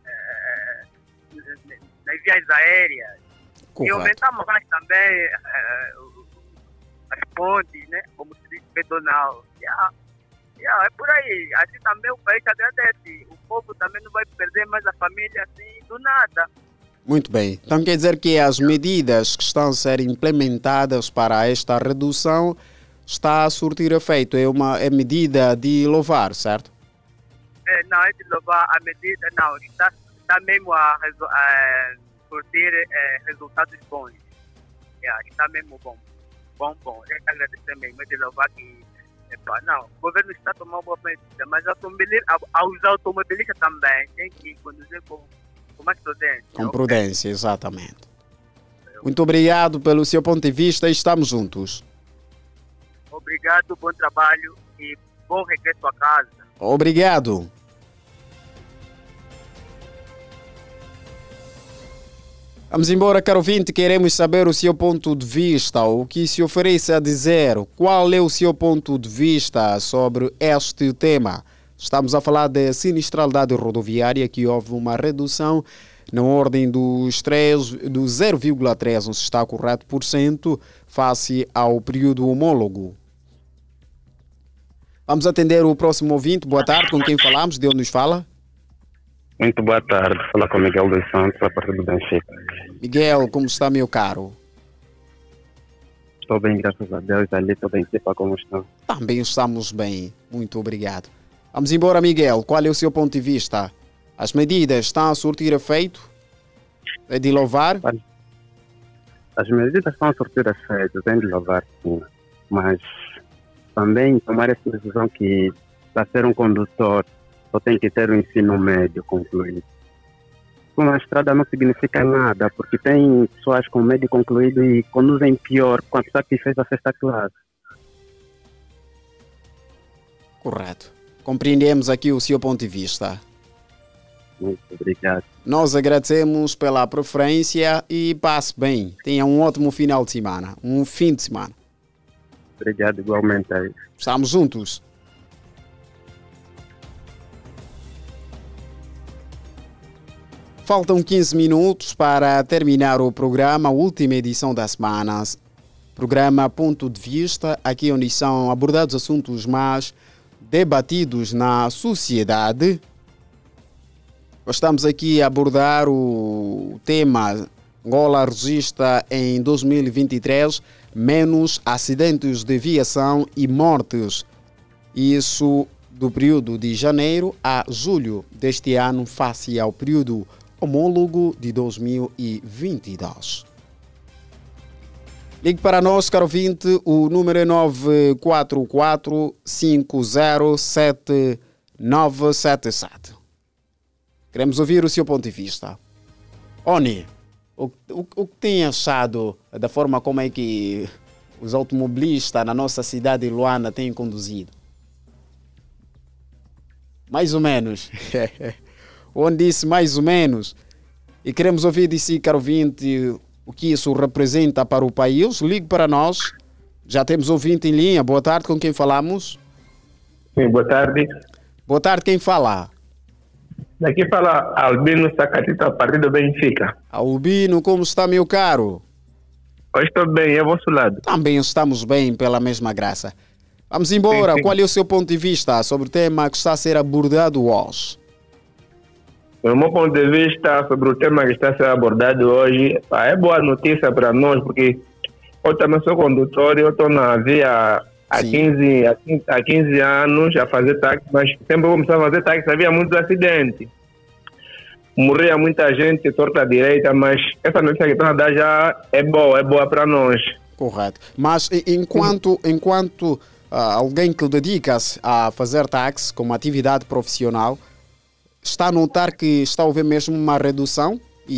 nas vias aéreas. Correto. E aumentamos mais também as pontes, né? Como se diz, pedonal. É por aí. Assim também o país agradece. O povo também não vai perder mais a família assim do nada. Muito bem. Então quer dizer que as medidas que estão a ser implementadas para esta redução está a surtir efeito. É medida de louvar, certo? Não é de louvar a medida, não. Está mesmo a surtir resultados bons. Está mesmo bom. Bom. É agradecer mesmo. É de louvar que não, o governo está a tomar uma boa medida, mas aos automobilistas também tem que conduzir com mais prudência. Com prudência, exatamente. Muito obrigado pelo seu ponto de vista e estamos juntos. Obrigado, bom trabalho e bom regresso a casa. Obrigado. Vamos embora, caro ouvinte, queremos saber o seu ponto de vista, o que se oferece a dizer, qual é o seu ponto de vista sobre este tema. Estamos a falar de sinistralidade rodoviária, que houve uma redução na ordem do 0,3%, não se está correto, por cento, face ao período homólogo. Vamos atender o próximo ouvinte. Boa tarde, com quem falamos, de onde nos fala? Muito boa tarde, fala com Miguel dos Santos, a partir do Benfica. Miguel, como está, meu caro? Estou bem, graças a Deus. Ali estou bem, como estão? Também estamos bem, muito obrigado. Vamos embora, Miguel, qual é o seu ponto de vista? As medidas estão a surtir efeito? É de louvar? As medidas estão a surtir efeito, é de louvar, sim. Mas também tomar essa decisão que, para ser um condutor, só tem que ter o ensino médio concluído. uma estrada não significa nada, porque tem pessoas com médio concluído e conduzem pior com a pessoa que fez a sexta classe. Correto. Compreendemos aqui o seu ponto de vista. Muito obrigado. Nós agradecemos pela preferência e passe bem. Tenha um ótimo final de semana. Um fim de semana. Obrigado igualmente aí. Estamos juntos. Faltam 15 minutos para terminar o programa, a última edição da semana. Programa Ponto de Vista, aqui onde são abordados assuntos mais debatidos na sociedade. Estamos aqui a abordar o tema Angola registra em 2023 menos acidentes de viação e mortes. Isso do período de janeiro a julho deste ano face ao período homólogo de 2022. Ligue para nós, caro ouvinte, o número é 944-507977. Queremos ouvir o seu ponto de vista. Oni, o que tem achado da forma como é que os automobilistas na nossa cidade de Luanda têm conduzido? Mais ou menos. Onde disse mais ou menos. E queremos ouvir de si, caro ouvinte, o que isso representa para o país. Ligue para nós. Já temos ouvinte em linha. Boa tarde, com quem falamos? Sim, boa tarde. Boa tarde, quem fala? Daqui fala Albino Sacatito, a partir do Benfica. Albino, como está, meu caro? Eu estou bem, é ao vosso lado. Também estamos bem, pela mesma graça. Vamos embora. Sim. Qual é o seu ponto de vista sobre o tema que está a ser abordado hoje? O meu ponto de vista sobre o tema que está a ser abordado hoje é boa notícia para nós, porque eu também sou condutor, eu estou na via há 15 anos a fazer táxi, mas sempre que começava a fazer táxi havia muitos acidentes. Morria muita gente, torta à direita, mas essa notícia que estão a dar já é boa para nós. Correto. Mas enquanto alguém que dedica-se a fazer táxi como atividade profissional, está a notar que está a haver mesmo uma redução?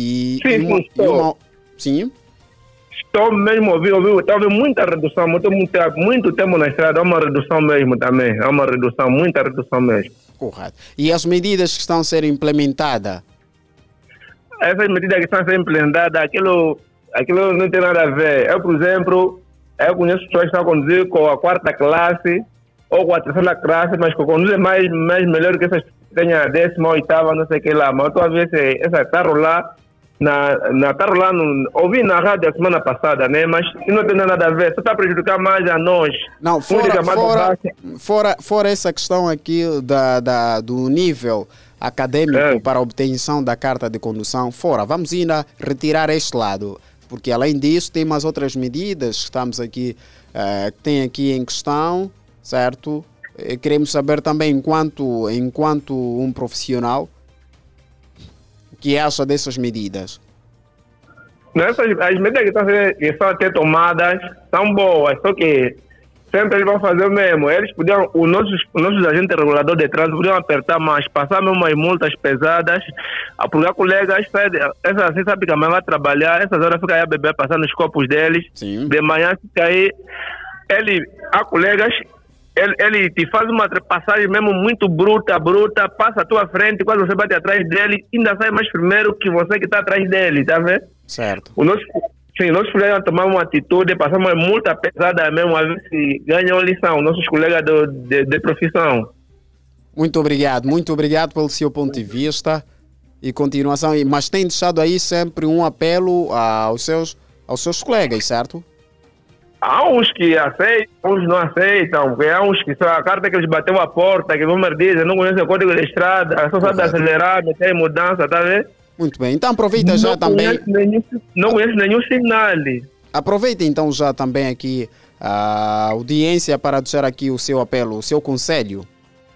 Sim. Estou mesmo ouvindo, está a haver muita redução, muito tempo na estrada, há uma redução mesmo também, muita redução mesmo. Correto. E as medidas que estão a ser implementadas? Essas medidas que estão a ser implementadas, aquilo não tem nada a ver. Eu, por exemplo, conheço pessoas que estão a conduzir com a 4ª classe ou com a 3ª classe, mas que conduzem mais melhor que essas que têm a 10ª, 8ª, não sei o que lá. Mas eu estou a ver essa está a rolar. Ouvi na rádio a semana passada, né? Mas não tem nada a ver, só está a prejudicar mais a nós. Não, fora essa questão aqui do nível acadêmico para a obtenção da carta de condução, vamos ainda retirar este lado, porque além disso tem mais outras medidas que estamos aqui, que tem aqui em questão, certo? Queremos saber também, enquanto um profissional, o que acha dessas medidas? As medidas que estão a ser tomadas são boas, só que sempre eles vão fazer o mesmo. Eles podiam, os nossos agentes reguladores de trânsito podiam apertar mais, passar mesmo umas multas pesadas, porque a colega sabe que a mãe vai trabalhar, essas horas fica aí a beber, passar nos copos deles. Sim. De manhã fica aí, há colegas. Ele te faz uma passagem mesmo muito bruta, passa à tua frente, quando você bate atrás dele, ainda sai mais primeiro que você que está atrás dele, tá vendo? Certo. Nós precisamos tomar uma atitude, passar uma multa pesada mesmo, a ver se ganham lição, nossos colegas de profissão. Muito obrigado pelo seu ponto de vista e continuação. Mas tem deixado aí sempre um apelo aos seus colegas, certo? Há uns que aceitam, uns não aceitam, porque há uns que só a carta que eles bateu a porta, que vão me dizer, não conhecem o código de estrada, só sabe acelerar, meter em mudança, tá vendo? Muito bem, então aproveita já também. Não conhece nenhum sinal. Aproveita então já também aqui a audiência para deixar aqui o seu apelo, o seu conselho.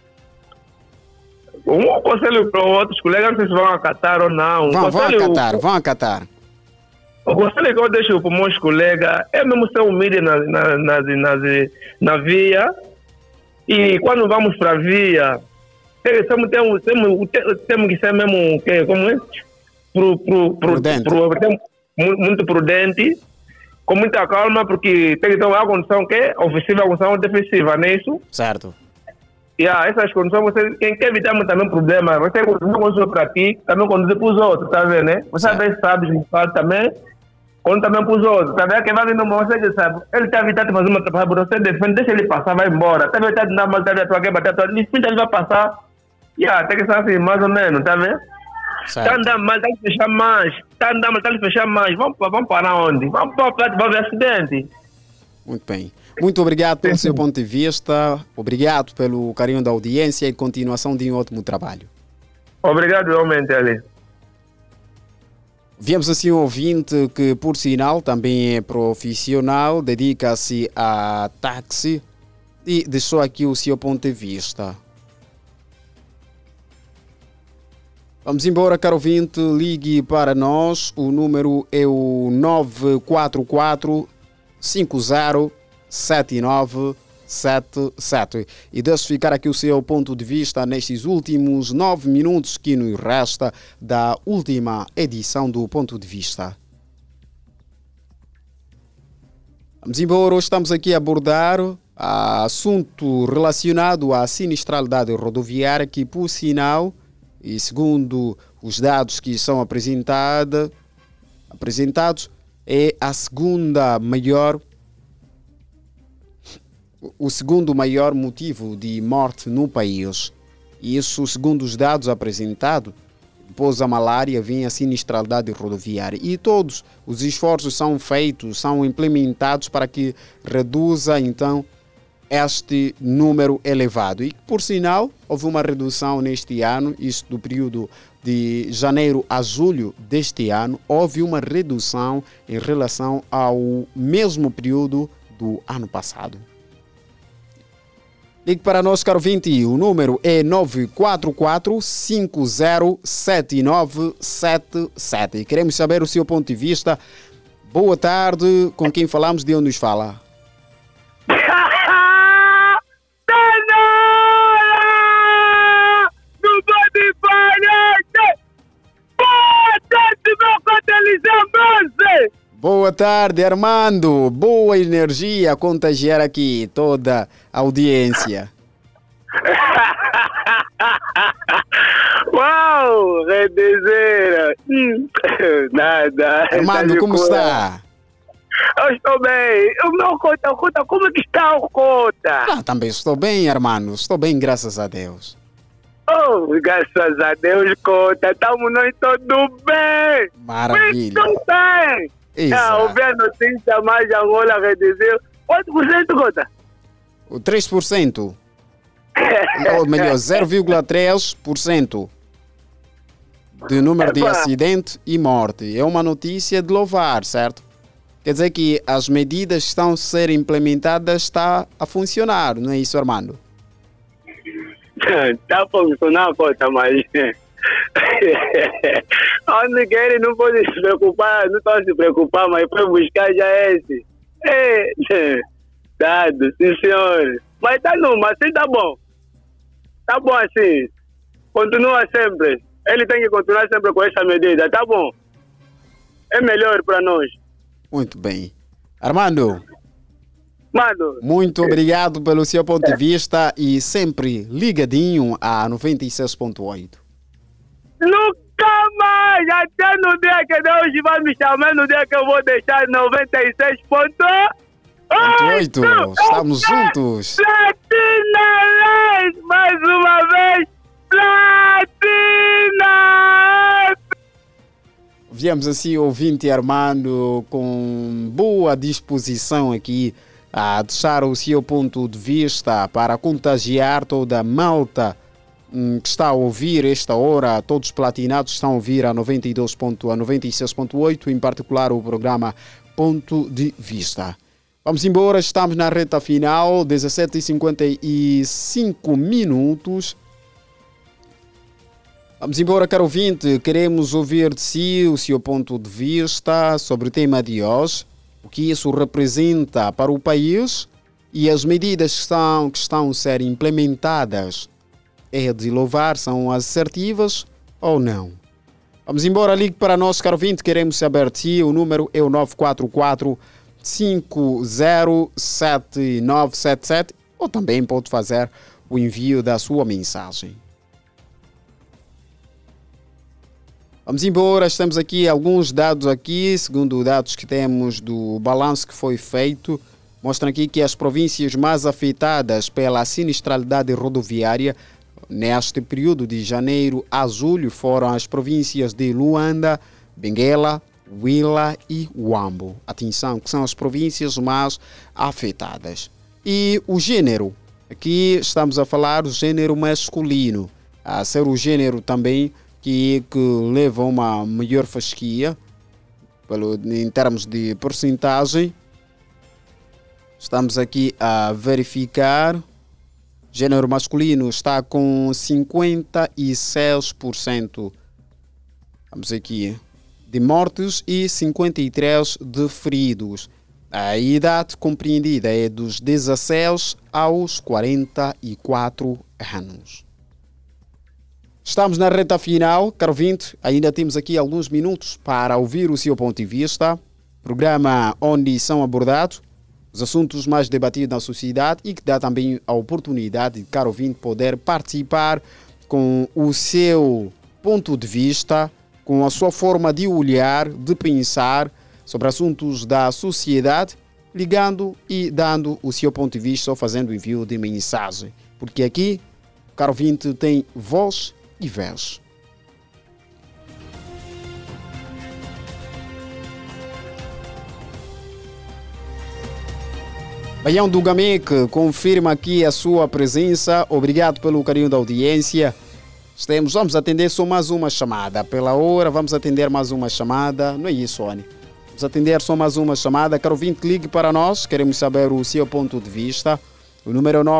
Um conselho para outros colegas, não sei se vão acatar ou não. Vão acatar. O conselho que eu deixo para os meus colegas é mesmo ser humilde na via. E quando vamos para a via, temos que ser mesmo, como é? muito prudente, com muita calma, porque tem que ter uma condição que é ofensiva, uma condição defensiva, não é isso? Certo. Essas condições, você quem quer evitar também problema, você não conduz para ti, também conduz para os outros, tá vendo, né? Você às vezes sabe, também, quando também para os outros, tá vendo? Quem vai vindo, você já sabe, ele está evitando fazer uma trabalho, você defende, deixa ele passar, vai embora, tá vendo? Tá dando mal, tá vendo? Quer bater a tua, ele vai passar, tem que ser assim, mais ou menos, tá vendo? Está andando mal, tem que fechar mais, está andando mal, tem que fechar mais, vamos parar onde? Vamos para o acidente. Muito bem. Muito obrigado pelo seu ponto de vista, obrigado pelo carinho da audiência e continuação de um ótimo trabalho. Obrigado, realmente, Ali. Viemos assim um ouvinte que, por sinal, também é profissional, dedica-se a táxi e deixou aqui o seu ponto de vista. Vamos embora, caro ouvinte, ligue para nós, o número é o 944-50-7977 e deixe ficar aqui o seu ponto de vista nestes últimos 9 minutos que nos resta da última edição do Ponto de Vista. Vamos embora, hoje estamos aqui a abordar assunto relacionado à sinistralidade rodoviária que, por sinal, e segundo os dados que são apresentados, é a o segundo maior motivo de morte no país. Isso, segundo os dados apresentados, depois da malária vem a sinistralidade rodoviária. E todos os esforços são feitos, são implementados para que reduza, então, este número elevado. E, por sinal, houve uma redução neste ano, isso do período de janeiro a julho deste ano, houve uma redução em relação ao mesmo período do ano passado. Ligue para nós, caro ouvinte, o número é 944-50-7977. Queremos saber o seu ponto de vista. Boa tarde, com quem falamos, de onde nos fala? Boa tarde, Armando. Boa energia a contagiar aqui toda a audiência. Uau, redezeira. Nada. Armando, como está? Eu estou bem. O meu Cota, como é que está o Cota? Também estou bem, Armando. Estou bem, graças a Deus. Oh, graças a Deus, Cota. Estamos nós todos bem. Maravilha. Muito bem. Ouvi a notícia, mais Angola reduziu. Quanto por cento, Cota? O 3%. Ou melhor, 0,3% de número de acidente e morte. É uma notícia de louvar, certo? Quer dizer que as medidas que estão a ser implementadas estão a funcionar, não é isso, Armando? Está a funcionar, Cota, mas... Onde querem não pode se preocupar, não estão a se preocupar, mas foi buscar já esse. Dado, sim senhor. Mas está numa, assim tá bom. Tá bom assim. Continua sempre. Ele tem que continuar sempre com essa medida, tá bom? É melhor para nós. Muito bem. Armando. Mano. Muito obrigado pelo seu ponto de vista e sempre ligadinho a 96.8. Nunca mais! Até no dia que Deus vai me chamar, no dia que eu vou deixar 96.8. Estamos juntos. Platina, mais uma vez, Platina! Viemos assim, ouvinte Armando, com boa disposição aqui a deixar o seu ponto de vista para contagiar toda a malta que está a ouvir esta hora, todos os platinados estão a ouvir a 96.8, em particular o programa Ponto de Vista. Vamos embora, estamos na reta final, 17h55. Vamos embora, caro ouvinte, queremos ouvir de si o seu ponto de vista sobre o tema de hoje, o que isso representa para o país e as medidas que estão a ser implementadas. É de louvar, são assertivas ou não? Vamos embora, ligue para nós, caro ouvinte, queremos saber de si. O número é o 944-507977 ou também pode fazer o envio da sua mensagem. Vamos embora, estamos aqui, alguns dados aqui, segundo dados que temos do balanço que foi feito, mostram aqui que as províncias mais afetadas pela sinistralidade rodoviária neste período de janeiro a julho foram as províncias de Luanda, Benguela, Huila e Huambo. Atenção, que são as províncias mais afetadas. E o gênero, aqui estamos a falar do gênero masculino, a ser o gênero também que leva uma maior fasquia em termos de porcentagem. Estamos aqui a verificar. Gênero masculino está com 56%. Vamos aqui. De mortes e 53% de feridos. A idade compreendida é dos 16 aos 44 anos. Estamos na reta final, caro ouvinte. Ainda temos aqui alguns minutos para ouvir o seu ponto de vista. Programa onde são abordados os assuntos mais debatidos na sociedade e que dá também a oportunidade de caro ouvinte poder participar com o seu ponto de vista, com a sua forma de olhar, de pensar sobre assuntos da sociedade, ligando e dando o seu ponto de vista ou fazendo envio de mensagem. Porque aqui, caro ouvinte, tem voz e vez. Baião do Gamec confirma aqui a sua presença. Obrigado pelo carinho da audiência. Vamos atender só mais uma chamada. Pela hora, vamos atender mais uma chamada. Não é isso, Oni? Vamos atender só mais uma chamada. Caro ouvinte, ligue para nós. Queremos saber o seu ponto de vista. O número é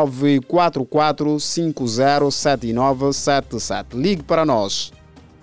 944-507977. Ligue para nós.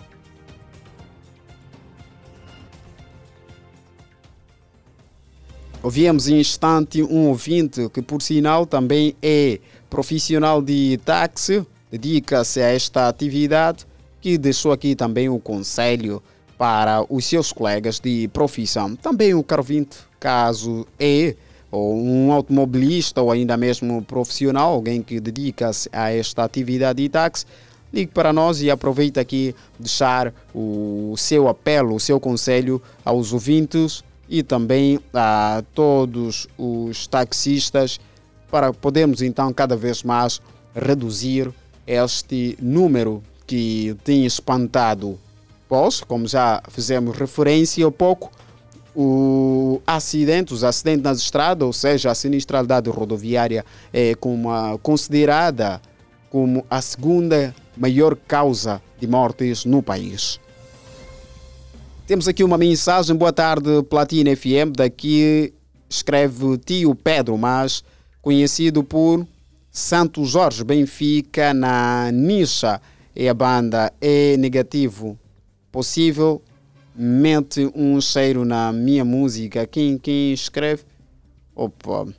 Ouvimos em instante um ouvinte que, por sinal, também é profissional de táxi, dedica-se a esta atividade, que deixou aqui também o conselho para os seus colegas de profissão. Também o caro ouvinte, caso ou um automobilista ou ainda mesmo profissional, alguém que dedica-se a esta atividade de táxi, ligue para nós e aproveita aqui deixar o seu apelo, o seu conselho aos ouvintes e também a todos os taxistas para podermos então cada vez mais reduzir este número que tem espantado, pois, como já fizemos referência há pouco, os acidentes nas estradas, ou seja, a sinistralidade rodoviária é considerada como a segunda maior causa de mortes no país. Temos aqui uma mensagem. Boa tarde, Platina FM. Daqui escreve Tio Pedro, mas conhecido por Santo Jorge Benfica na Nicha. E a banda é negativo. Possível mete um cheiro na minha música. Quem escreve? Opa.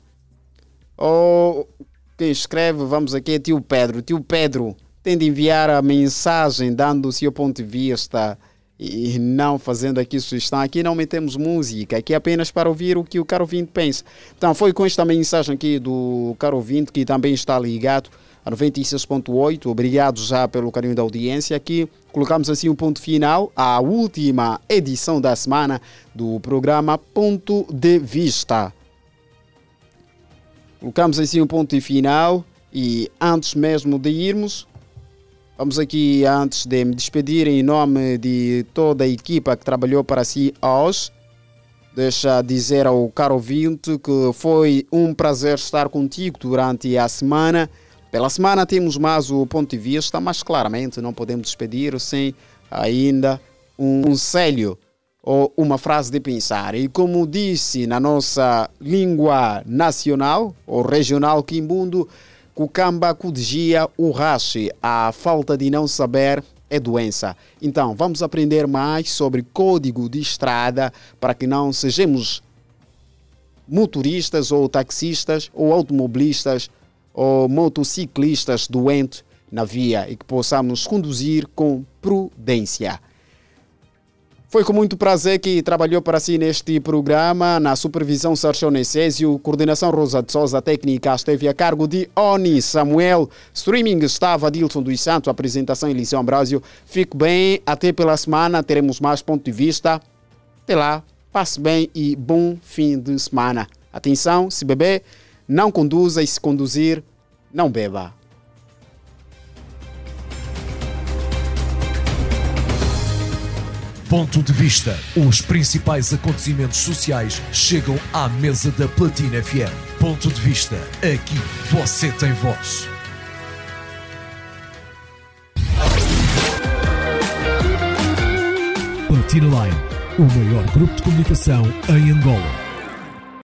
Quem escreve, vamos aqui, é Tio Pedro. Tio Pedro, tem de enviar a mensagem dando o seu ponto de vista e não fazendo aqui sugestão. Aqui não metemos música, aqui é apenas para ouvir o que o caro ouvinte pensa. Então foi com esta mensagem aqui do caro ouvinte que também está ligado a 96.8. Obrigado já pelo carinho da audiência. Aqui colocamos assim um ponto final à última edição da semana do programa Ponto de Vista. Colocamos assim um ponto final e antes mesmo de irmos, vamos aqui, antes de me despedir, em nome de toda a equipa que trabalhou para si hoje, deixa dizer ao caro ouvinte que foi um prazer estar contigo durante a semana. Pela semana temos mais o ponto de vista, mas claramente não podemos despedir sem ainda um conselho ou uma frase de pensar. E como disse na nossa língua nacional ou regional quimbundo, Cucamba Kudia Urrache, a falta de não saber é doença. Então, vamos aprender mais sobre código de estrada para que não sejamos motoristas ou taxistas ou automobilistas ou motociclistas doentes na via e que possamos conduzir com prudência. Foi com muito prazer que trabalhou para si neste programa. Na supervisão, Sérgio Necésio, coordenação Rosa de Souza, técnica esteve a cargo de Oni Samuel, streaming estava Dilson dos Santos, apresentação Eliseu Ambrásio. Fique bem, até pela semana, teremos mais ponto de vista. Até lá, passe bem e bom fim de semana. Atenção, se beber, não conduza e se conduzir, não beba. Ponto de Vista. Os principais acontecimentos sociais chegam à mesa da Platina FM. Ponto de Vista. Aqui você tem voz. Platina Line, o maior grupo de comunicação em Angola.